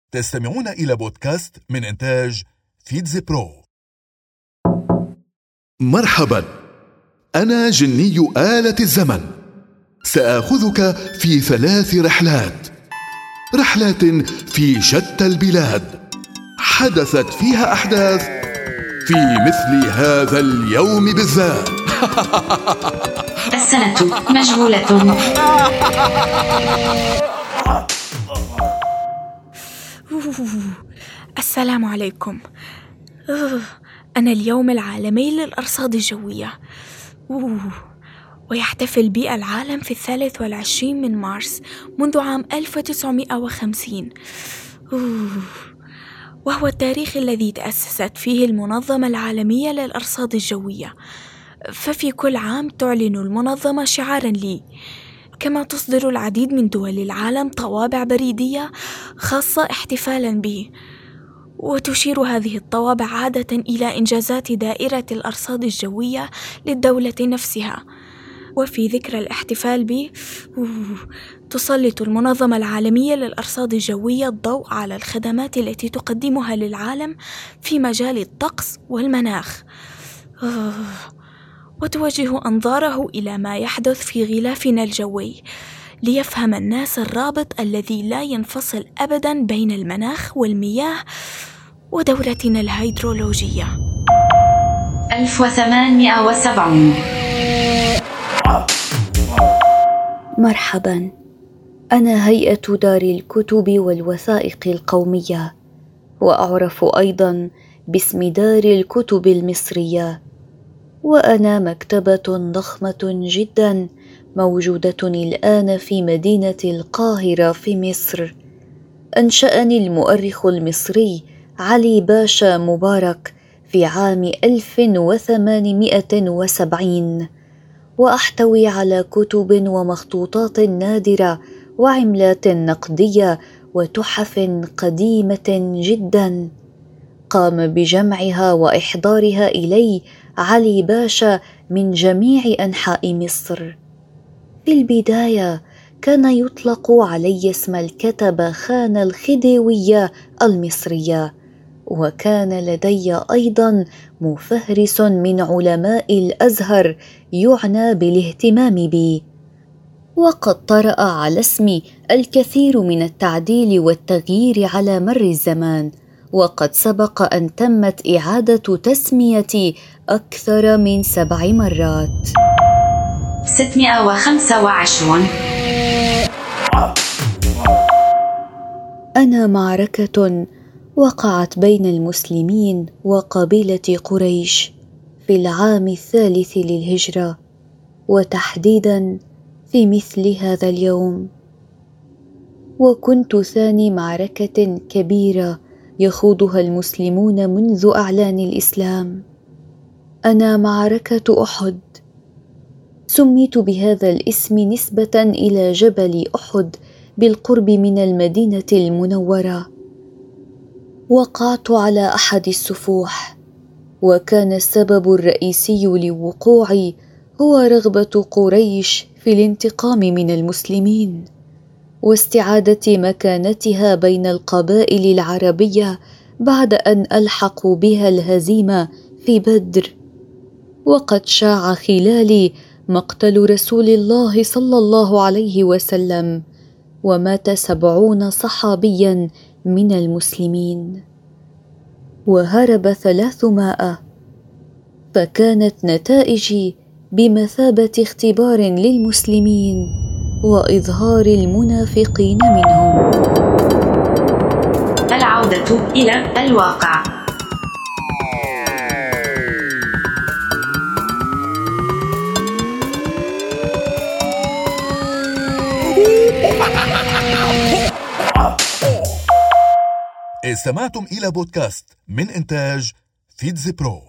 تستمعون إلى بودكاست من إنتاج فيتز برو. مرحبا، أنا جني آلة الزمن. سآخذك في 3 رحلات في شتى البلاد، حدثت فيها أحداث في مثل هذا اليوم بالذات. السنة مجهولة. السلام عليكم. أنا اليوم العالمي للأرصاد الجوية، ويحتفل به العالم في 23 من مارس منذ عام 1950، وهو التاريخ الذي تأسست فيه المنظمة العالمية للأرصاد الجوية. ففي كل عام تعلن المنظمة شعاراً لي، كما تصدر العديد من دول العالم طوابع بريدية خاصة احتفالاً به، وتشير هذه الطوابع عادة إلى إنجازات دائرة الأرصاد الجوية للدولة نفسها. وفي ذكرى الاحتفال به تسلط المنظمة العالمية للأرصاد الجوية الضوء على الخدمات التي تقدمها للعالم في مجال الطقس والمناخ، وتوجه أنظاره إلى ما يحدث في غلافنا الجوي، ليفهم الناس الرابط الذي لا ينفصل أبداً بين المناخ والمياه ودورتنا الهيدرولوجية. 1870. مرحباً، أنا هيئة دار الكتب والوثائق القومية، وأعرف أيضاً باسم دار الكتب المصرية، وأنا مكتبة ضخمة جداً موجودة الآن في مدينة القاهرة في مصر. أنشأني المؤرخ المصري علي باشا مبارك في عام 1870، وأحتوي على كتب ومخطوطات نادرة وعملات نقدية وتحف قديمة جدا، قام بجمعها وإحضارها إلي علي باشا من جميع أنحاء مصر. في البداية كان يطلق علي اسم الكتبة خان الخديوية المصرية، وكان لدي أيضا مفهرس من علماء الأزهر يعنى بالاهتمام بي، وقد طرأ على اسمي الكثير من التعديل والتغيير على مر الزمان، وقد سبق أن تمت إعادة تسميتي أكثر من 7 مرات. 625. أنا معركة وقعت بين المسلمين وقبيلة قريش في العام 3 للهجرة، وتحديداً في مثل هذا اليوم، وكنت ثاني معركة كبيرة يخوضها المسلمون منذ إعلان الإسلام. أنا معركة أحد، سميت بهذا الاسم نسبة إلى جبل أحد بالقرب من المدينة المنورة. وقعت على أحد السفوح، وكان السبب الرئيسي لوقوعي هو رغبة قريش في الانتقام من المسلمين واستعادة مكانتها بين القبائل العربية بعد أن ألحقوا بها الهزيمة في بدر. وقد شاع خلالي مقتل رسول الله صلى الله عليه وسلم، ومات 70 صحابيا من المسلمين، وهرب 300، فكانت نتائجي بمثابة اختبار للمسلمين وإظهار المنافقين منهم. العودة إلى الواقع. استمعتم إلى بودكاست من إنتاج فيتز برو.